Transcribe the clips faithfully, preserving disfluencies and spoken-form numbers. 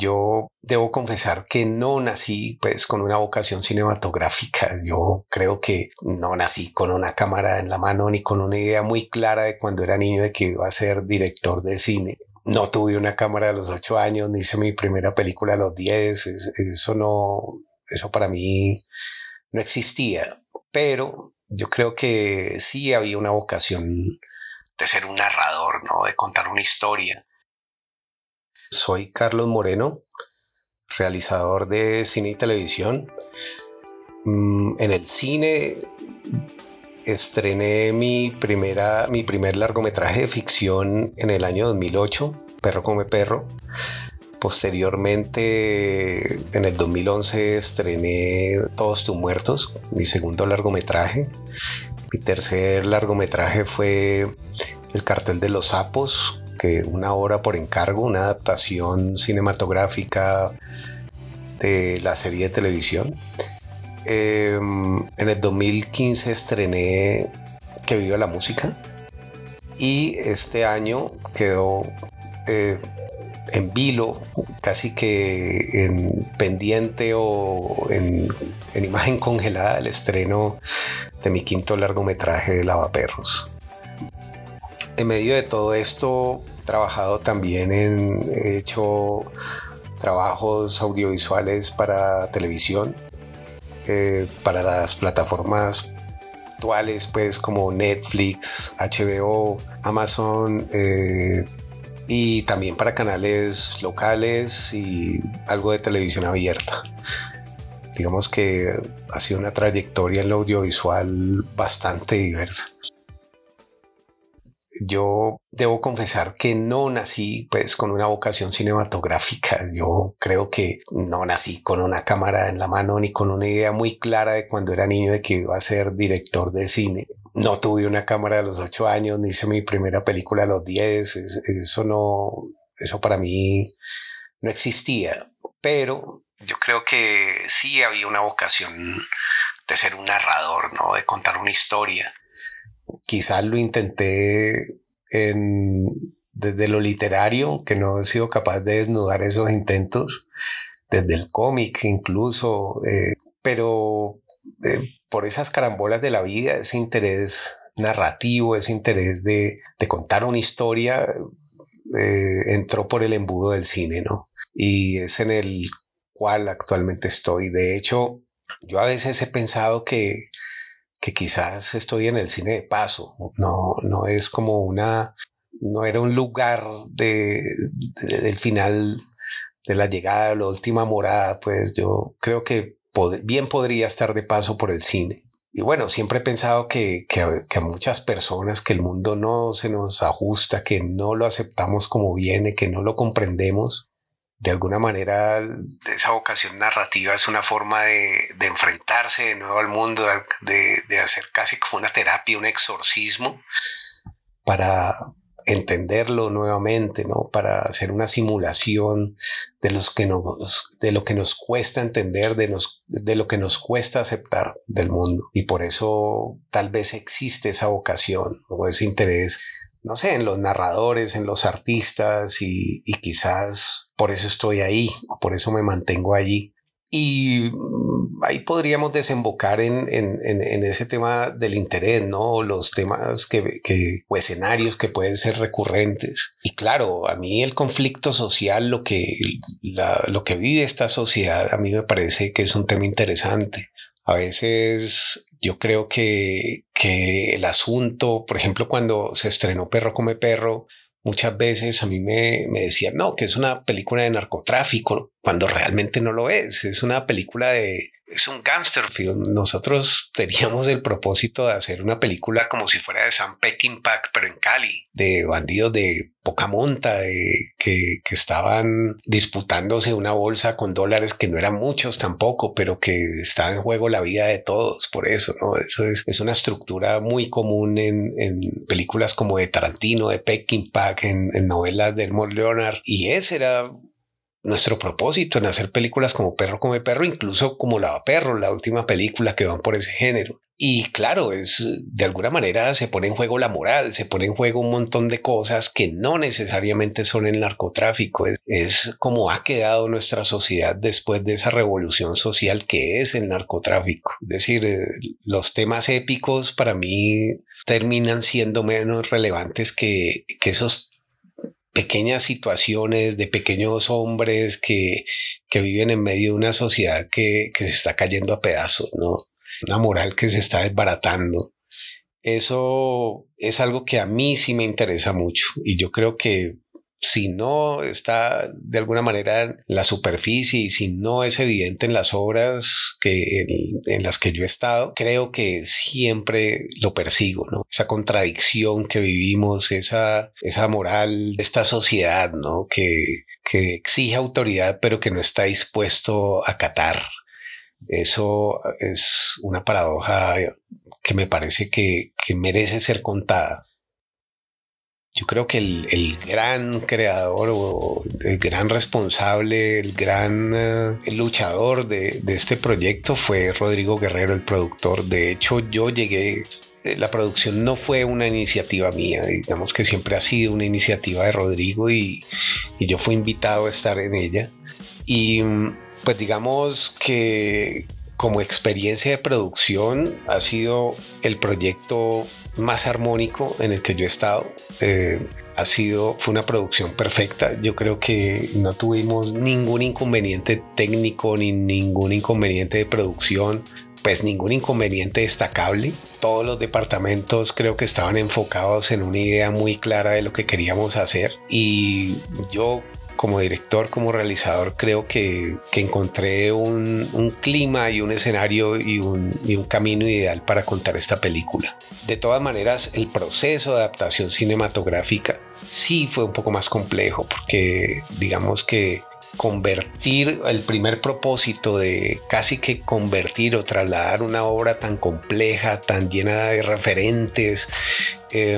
Yo debo confesar que no nací pues con una vocación cinematográfica. Yo creo que no nací con una cámara en la mano ni con una idea muy clara de cuando era niño de que iba a ser director de cine. No tuve una cámara a los ocho años, ni hice mi primera película a los diez. Es- Eso no, eso para mí no existía. Pero yo creo que sí había una vocación de ser un narrador, ¿no? De contar una historia. Soy Carlos Moreno, realizador de cine y televisión. Mm, en el cine estrené mi, primera, mi primer largometraje de ficción en el año dos mil ocho, Perro come perro. Posteriormente, en el dos mil once, estrené Todos tus muertos, mi segundo largometraje. Mi tercer largometraje fue El cartel de los sapos, que una obra por encargo, una adaptación cinematográfica de la serie de televisión. Eh, en el dos mil quince estrené Que viva la música y este año quedó eh, en vilo, casi que en pendiente o en, en imagen congelada, el estreno de mi quinto largometraje de Lavaperros. En medio de todo esto he trabajado también en, he hecho trabajos audiovisuales para televisión, eh, para las plataformas actuales, pues como Netflix, H B O, Amazon, eh, y también para canales locales y algo de televisión abierta. Digamos que ha sido una trayectoria en lo audiovisual bastante diversa. Yo debo confesar que no nací pues con una vocación cinematográfica. Yo creo que no nací con una cámara en la mano ni con una idea muy clara de cuando era niño de que iba a ser director de cine. No tuve una cámara a los ocho años, ni hice mi primera película a los diez. Es- Eso no, eso para mí no existía. Pero yo creo que sí había una vocación de ser un narrador, ¿no? De contar una historia. Quizás lo intenté en, desde lo literario, que no he sido capaz de desnudar esos intentos, desde el cómic incluso, eh, pero eh, por esas carambolas de la vida, ese interés narrativo, ese interés de, de contar una historia, eh, entró por el embudo del cine, ¿no? Y es en el cual actualmente estoy. De hecho, yo a veces he pensado que que quizás estoy en el cine de paso, no, no es como una, no era un lugar de, de- del final de la llegada de la última morada, pues yo creo que pod- bien podría estar de paso por el cine. Y bueno, siempre he pensado que, que, a, que a muchas personas, que el mundo no se nos ajusta, que no lo aceptamos como viene, que no lo comprendemos. De alguna manera, esa vocación narrativa es una forma de, de enfrentarse de nuevo al mundo, de, de hacer casi como una terapia, un exorcismo, para entenderlo nuevamente, ¿no? Para hacer una simulación de, los que nos, de lo que nos cuesta entender, de, nos, de lo que nos cuesta aceptar del mundo. Y por eso tal vez existe esa vocación o ese interés, no sé, en los narradores, en los artistas, y, y quizás por eso estoy ahí, o por eso me mantengo allí. Y mm, ahí podríamos desembocar en, en, en, en ese tema del interés, ¿no? Los temas que, que, o escenarios que pueden ser recurrentes. Y claro, a mí el conflicto social, lo que, la, lo que vive esta sociedad, a mí me parece que es un tema interesante. A veces yo creo que, que el asunto, por ejemplo, cuando se estrenó Perro come perro, muchas veces a mí me, me decían, no, que es una película de narcotráfico, cuando realmente no lo es. Es una película de, es un gangster film. Nosotros teníamos el propósito de hacer una película como si fuera de Sam Peckinpah, pero en Cali, de bandidos de poca monta, de, que, que estaban disputándose una bolsa con dólares que no eran muchos tampoco, pero que estaba en juego la vida de todos. Por eso, ¿no? Eso es, es una estructura muy común en, en películas como de Tarantino, de Peckinpah, en, en novelas de Elmore Leonard, y ese era nuestro propósito, en hacer películas como Perro come perro, incluso como Lavaperros, la última película, que van por ese género. Y claro, es de alguna manera se pone en juego la moral, se pone en juego un montón de cosas que no necesariamente son el narcotráfico. Es, es como ha quedado nuestra sociedad después de esa revolución social que es el narcotráfico. Es decir, eh, los temas épicos para mí terminan siendo menos relevantes que, que esos pequeñas situaciones de pequeños hombres que, que viven en medio de una sociedad que, que se está cayendo a pedazos, ¿no? Una moral que se está desbaratando. Eso es algo que a mí sí me interesa mucho y yo creo que si no está de alguna manera en la superficie y si no es evidente en las obras que, en, en las que yo he estado, creo que siempre lo persigo, ¿no? Esa contradicción que vivimos, esa, esa moral de esta sociedad, ¿no? Que, que exige autoridad pero que no está dispuesto a acatar. Eso es una paradoja que me parece que, que merece ser contada. Yo creo que el, el gran creador o el gran responsable, el gran uh, el luchador de, de este proyecto fue Rodrigo Guerrero, el productor. De hecho, yo llegué, eh, la producción no fue una iniciativa mía, digamos que siempre ha sido una iniciativa de Rodrigo y, y yo fui invitado a estar en ella. Y pues digamos que como experiencia de producción ha sido el proyecto más armónico en el que yo he estado. Eh, ha sido, fue una producción perfecta. Yo creo que no tuvimos ningún inconveniente técnico ni ningún inconveniente de producción, pues ningún inconveniente destacable. Todos los departamentos creo que estaban enfocados en una idea muy clara de lo que queríamos hacer y yo como director, como realizador, creo que, que encontré un, un clima y un escenario y un, y un camino ideal para contar esta película. De todas maneras, el proceso de adaptación cinematográfica sí fue un poco más complejo porque digamos que convertir el primer propósito de casi que convertir o trasladar una obra tan compleja, tan llena de referentes, eh,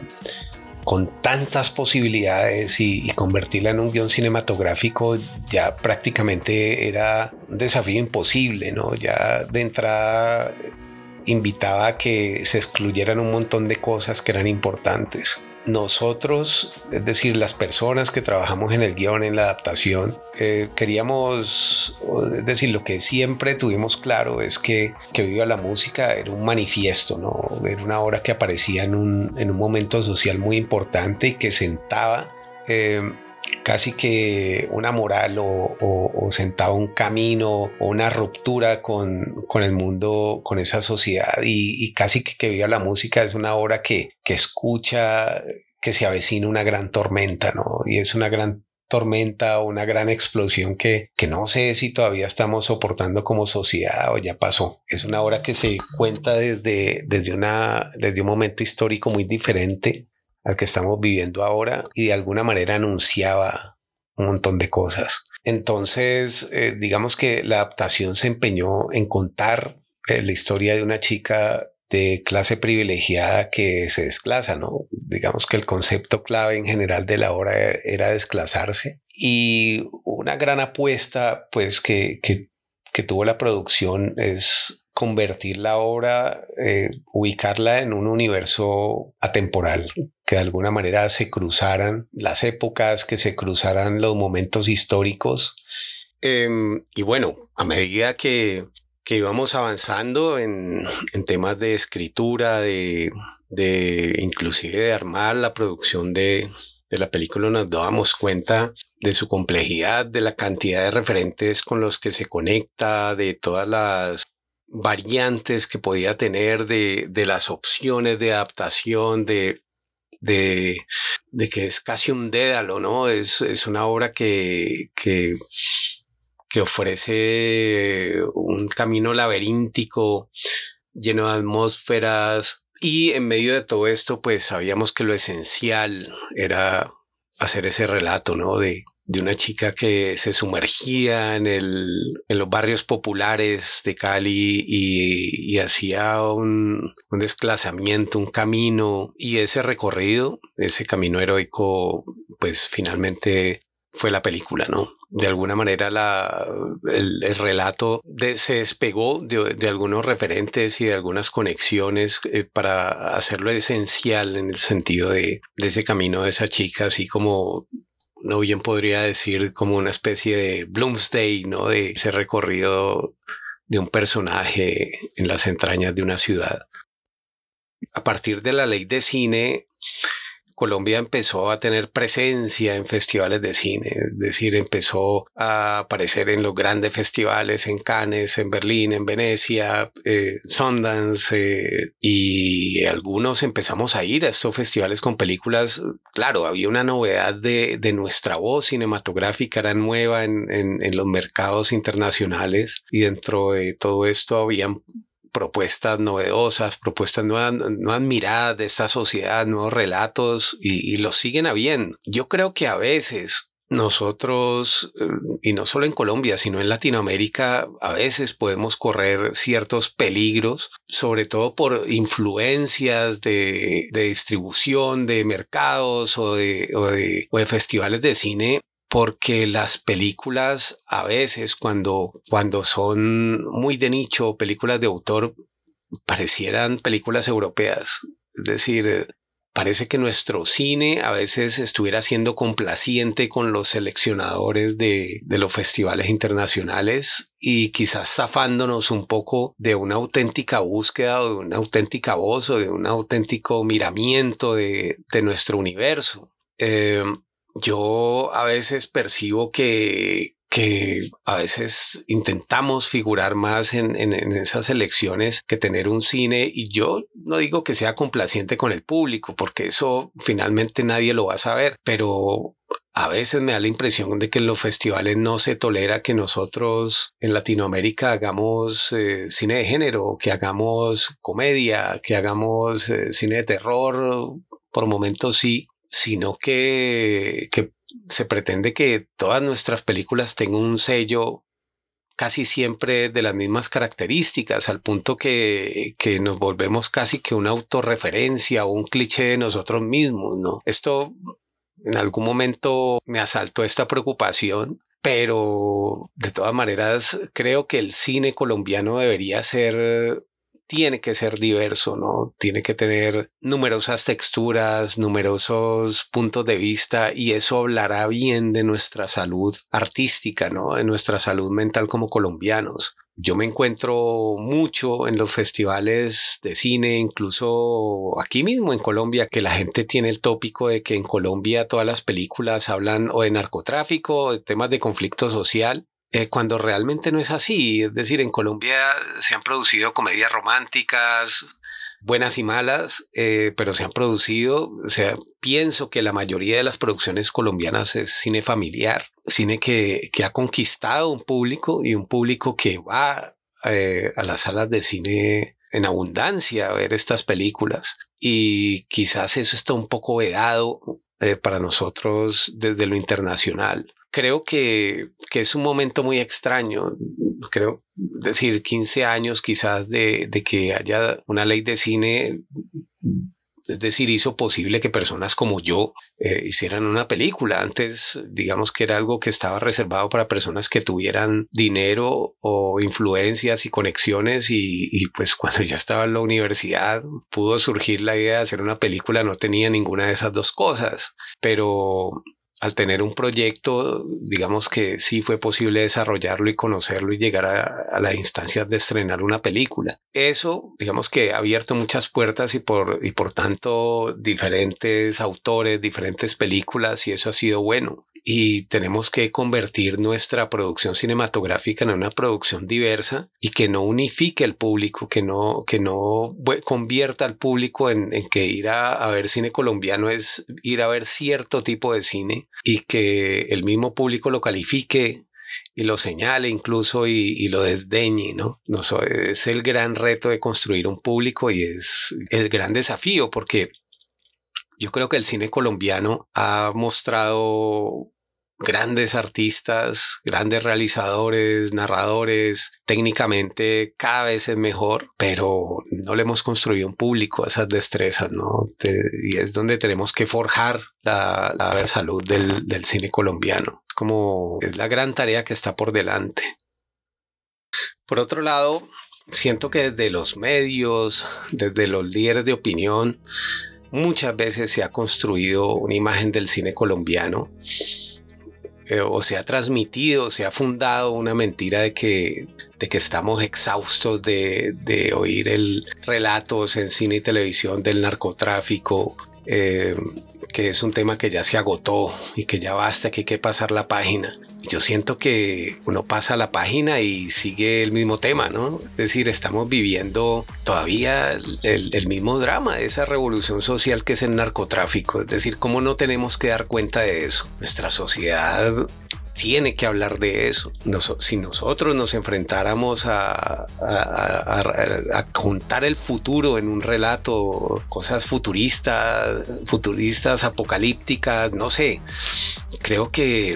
con tantas posibilidades y, y convertirla en un guión cinematográfico ya prácticamente era un desafío imposible, ¿no? Ya de entrada invitaba a que se excluyeran un montón de cosas que eran importantes. Nosotros, es decir, las personas que trabajamos en el guión, en la adaptación, eh, queríamos, es decir, lo que siempre tuvimos claro es que, que Viva la Música era un manifiesto, ¿no? Era una obra que aparecía en un, en un momento social muy importante y que sentaba eh, casi que una moral o, o, o sentaba un camino o una ruptura con, con el mundo, con esa sociedad y, y casi que, que Viva la Música es una obra que, que escucha que se avecina una gran tormenta, ¿no? Y es una gran tormenta o una gran explosión que, que no sé si todavía estamos soportando como sociedad o ya pasó. Es una obra que se cuenta desde, desde, una, desde un momento histórico muy diferente al que estamos viviendo ahora y de alguna manera anunciaba un montón de cosas. Entonces, eh, digamos que la adaptación se empeñó en contar eh, la historia de una chica de clase privilegiada que se desclasa, ¿no? Digamos que el concepto clave en general de la obra era desclasarse y una gran apuesta pues que, que, que tuvo la producción es convertir la obra, eh, ubicarla en un universo atemporal, que de alguna manera se cruzaran las épocas, que se cruzaran los momentos históricos. Eh, y bueno, a medida que, que íbamos avanzando en, en temas de escritura, de, de inclusive de armar la producción de, de la película, nos dábamos cuenta de su complejidad, de la cantidad de referentes con los que se conecta, de todas las variantes que podía tener, de, de las opciones de adaptación, de, de, de que es casi un dédalo, ¿no? Es, es una obra que, que, que ofrece un camino laberíntico, lleno de atmósferas, y en medio de todo esto, pues sabíamos que lo esencial era hacer ese relato, ¿no? De, de una chica que se sumergía en, el, en los barrios populares de Cali y, y hacía un, un desplazamiento, un camino, y ese recorrido, ese camino heroico, pues finalmente fue la película, ¿no? de alguna manera la, el, el relato de, se despegó de, de algunos referentes y de algunas conexiones eh, para hacerlo esencial en el sentido de, de ese camino de esa chica, así como no bien podría decir como una especie de Bloomsday, ¿no? De ese recorrido de un personaje en las entrañas de una ciudad. A partir de la ley de cine, Colombia empezó a tener presencia en festivales de cine, es decir, empezó a aparecer en los grandes festivales, en Cannes, en Berlín, en Venecia, eh, Sundance, eh, y algunos empezamos a ir a estos festivales con películas. Claro, había una novedad de, de nuestra voz cinematográfica, era nueva en, en, en los mercados internacionales, y dentro de todo esto habían propuestas novedosas, propuestas nuevas, nuevas miradas de esta sociedad, nuevos relatos, y, y los siguen habiendo. Yo creo que a veces nosotros, y no solo en Colombia, sino en Latinoamérica, a veces podemos correr ciertos peligros, sobre todo por influencias de, de distribución, de mercados o de, o de, o de festivales de cine, porque las películas a veces cuando, cuando son muy de nicho, películas de autor, parecieran películas europeas. Es decir, parece que nuestro cine a veces estuviera siendo complaciente con los seleccionadores de, de los festivales internacionales y quizás zafándonos un poco de una auténtica búsqueda o de una auténtica voz o de un auténtico miramiento de, de nuestro universo. Eh, Yo a veces percibo que, que a veces intentamos figurar más en, en, en esas elecciones que tener un cine, y yo no digo que sea complaciente con el público, porque eso finalmente nadie lo va a saber, pero a veces me da la impresión de que en los festivales no se tolera que nosotros en Latinoamérica hagamos eh, cine de género, que hagamos comedia, que hagamos eh, cine de terror, por momentos sí, sino que, que se pretende que todas nuestras películas tengan un sello casi siempre de las mismas características, al punto que, que nos volvemos casi que una autorreferencia o un cliché de nosotros mismos, ¿no? Esto en algún momento me asaltó esta preocupación, pero de todas maneras creo que el cine colombiano debería ser, tiene que ser diverso, ¿no? Tiene que tener numerosas texturas, numerosos puntos de vista, y eso hablará bien de nuestra salud artística, ¿no? De nuestra salud mental como colombianos. Yo me encuentro mucho en los festivales de cine, incluso aquí mismo en Colombia, que la gente tiene el tópico de que en Colombia todas las películas hablan o de narcotráfico o de temas de conflicto social. Eh, cuando realmente no es así. Es decir, en Colombia se han producido comedias románticas, buenas y malas, eh, pero se han producido, o sea, pienso que la mayoría de las producciones colombianas es cine familiar, cine que, que ha conquistado un público, y un público que va eh, a las salas de cine en abundancia a ver estas películas, y quizás eso está un poco vedado eh, para nosotros desde lo internacional. Creo que, que es un momento muy extraño, creo, decir, quince años quizás de, de que haya una ley de cine, es decir, hizo posible que personas como yo eh, hicieran una película. Antes, digamos que era algo que estaba reservado para personas que tuvieran dinero o influencias y conexiones, y, y pues cuando yo estaba en la universidad pudo surgir la idea de hacer una película, no tenía ninguna de esas dos cosas, pero al tener un proyecto, digamos que sí fue posible desarrollarlo y conocerlo y llegar a, a las instancias de estrenar una película. Eso, digamos que ha abierto muchas puertas, y por, y por tanto diferentes autores, diferentes películas, y eso ha sido bueno. Y tenemos que convertir nuestra producción cinematográfica en una producción diversa y que no unifique al público, que no, que no convierta al público en, en que ir a, a ver cine colombiano es ir a ver cierto tipo de cine, y que el mismo público lo califique y lo señale incluso y, y lo desdeñe, ¿no? No so, es el gran reto de construir un público, y es el gran desafío, porque yo creo que el cine colombiano ha mostrado grandes artistas, grandes realizadores, narradores, técnicamente cada vez es mejor, pero no le hemos construido un público a esas destrezas, ¿no? Y es donde tenemos que forjar la, la salud del, del cine colombiano. Como es la gran tarea que está por delante. Por otro lado, siento que desde los medios, desde los líderes de opinión, muchas veces se ha construido una imagen del cine colombiano, eh, o se ha transmitido, se ha fundado una mentira de que, de que estamos exhaustos de, de oír el relatos en cine y televisión del narcotráfico, eh, que es un tema que ya se agotó y que ya basta, que hay que pasar la página. Yo siento que uno pasa la página y sigue el mismo tema, ¿no? Es decir, estamos viviendo todavía el, el mismo drama de esa revolución social que es el narcotráfico. Es decir, ¿cómo no tenemos que dar cuenta de eso? Nuestra sociedad tiene que hablar de eso. Nos, si nosotros nos enfrentáramos a, a, a, a, a contar el futuro en un relato, cosas futuristas, futuristas, apocalípticas, no sé, creo que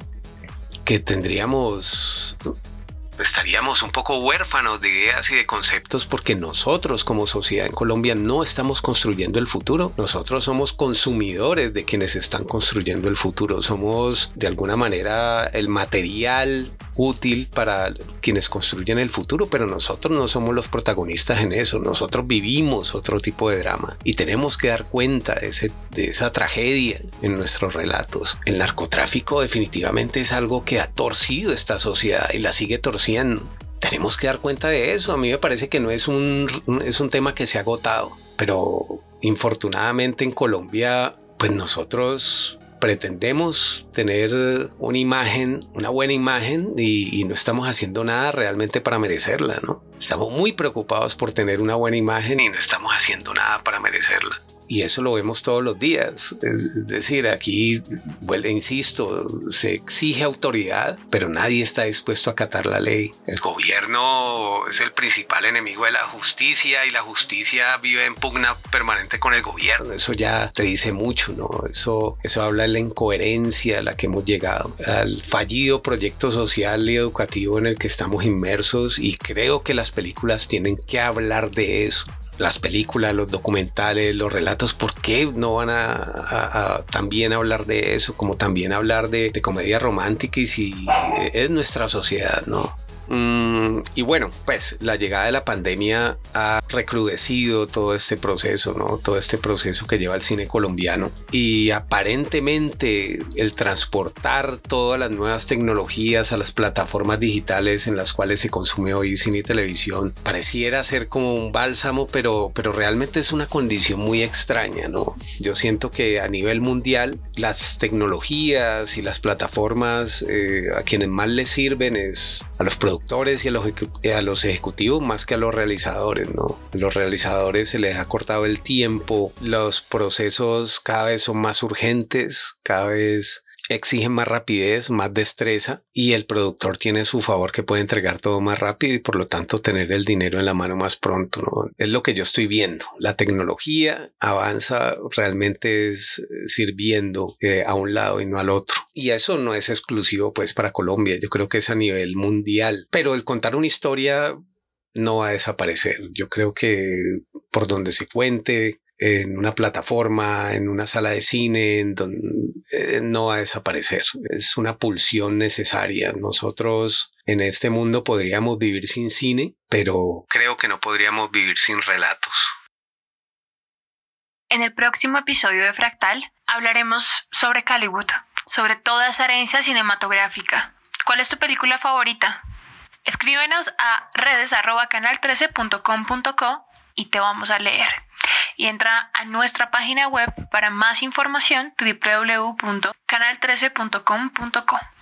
que tendríamos, estaríamos un poco huérfanos de ideas y de conceptos, porque nosotros como sociedad en Colombia no estamos construyendo el futuro. Nosotros somos consumidores de quienes están construyendo el futuro. Somos de alguna manera el material útil para quienes construyen el futuro, pero nosotros no somos los protagonistas en eso. Nosotros vivimos otro tipo de drama y tenemos que dar cuenta de, ese, de esa tragedia en nuestros relatos. El narcotráfico definitivamente es algo que ha torcido esta sociedad y la sigue torciendo. Tenemos que dar cuenta de eso. A mí me parece que no es un, es un tema que se ha agotado, pero infortunadamente en Colombia, pues nosotros pretendemos tener una imagen, una buena imagen, y, y no estamos haciendo nada realmente para merecerla, ¿no? Estamos muy preocupados por tener una buena imagen y no estamos haciendo nada para merecerla. Y eso lo vemos todos los días. Es decir, aquí, bueno, insisto, se exige autoridad, pero nadie está dispuesto a acatar la ley. El gobierno es el principal enemigo de la justicia y la justicia vive en pugna permanente con el gobierno. Eso ya te dice mucho, ¿no? Eso, eso habla de la incoherencia a la que hemos llegado, al fallido proyecto social y educativo en el que estamos inmersos, y creo que las películas tienen que hablar de eso. Las películas, los documentales, los relatos, ¿por qué no van a, a, a también hablar de eso? Como también hablar de, de comedia romántica, y si es nuestra sociedad, ¿no? Mm, y bueno, pues la llegada de la pandemia ha recrudecido todo este proceso, ¿no? Todo este proceso que lleva el cine colombiano, y aparentemente el transportar todas las nuevas tecnologías a las plataformas digitales en las cuales se consume hoy cine y televisión pareciera ser como un bálsamo, pero, pero realmente es una condición muy extraña, ¿no? Yo siento que a nivel mundial las tecnologías y las plataformas, eh, a quienes más les sirven es a los productores y a los, a los ejecutivos más que a los realizadores, ¿no? A los realizadores se les ha cortado el tiempo, los procesos cada vez son más urgentes, cada vez exigen más rapidez, más destreza, y el productor tiene a su favor que puede entregar todo más rápido y por lo tanto tener el dinero en la mano más pronto, ¿no? Es lo que yo estoy viendo. La tecnología avanza, realmente es sirviendo eh, a un lado y no al otro. Y eso no es exclusivo pues para Colombia, yo creo que es a nivel mundial. Pero el contar una historia no va a desaparecer. Yo creo que por donde se cuente, en una plataforma, en una sala de cine, en donde, eh, no va a desaparecer. Es una pulsión necesaria. Nosotros en este mundo podríamos vivir sin cine, pero creo que no podríamos vivir sin relatos. En el próximo episodio de Fractal hablaremos sobre Caliwood, sobre toda esa herencia cinematográfica. ¿Cuál es tu película favorita? Escríbenos a redes arroba canal trece punto com punto co y te vamos a leer. Y entra a nuestra página web para más información, doble u doble u doble u punto canal trece punto com punto co.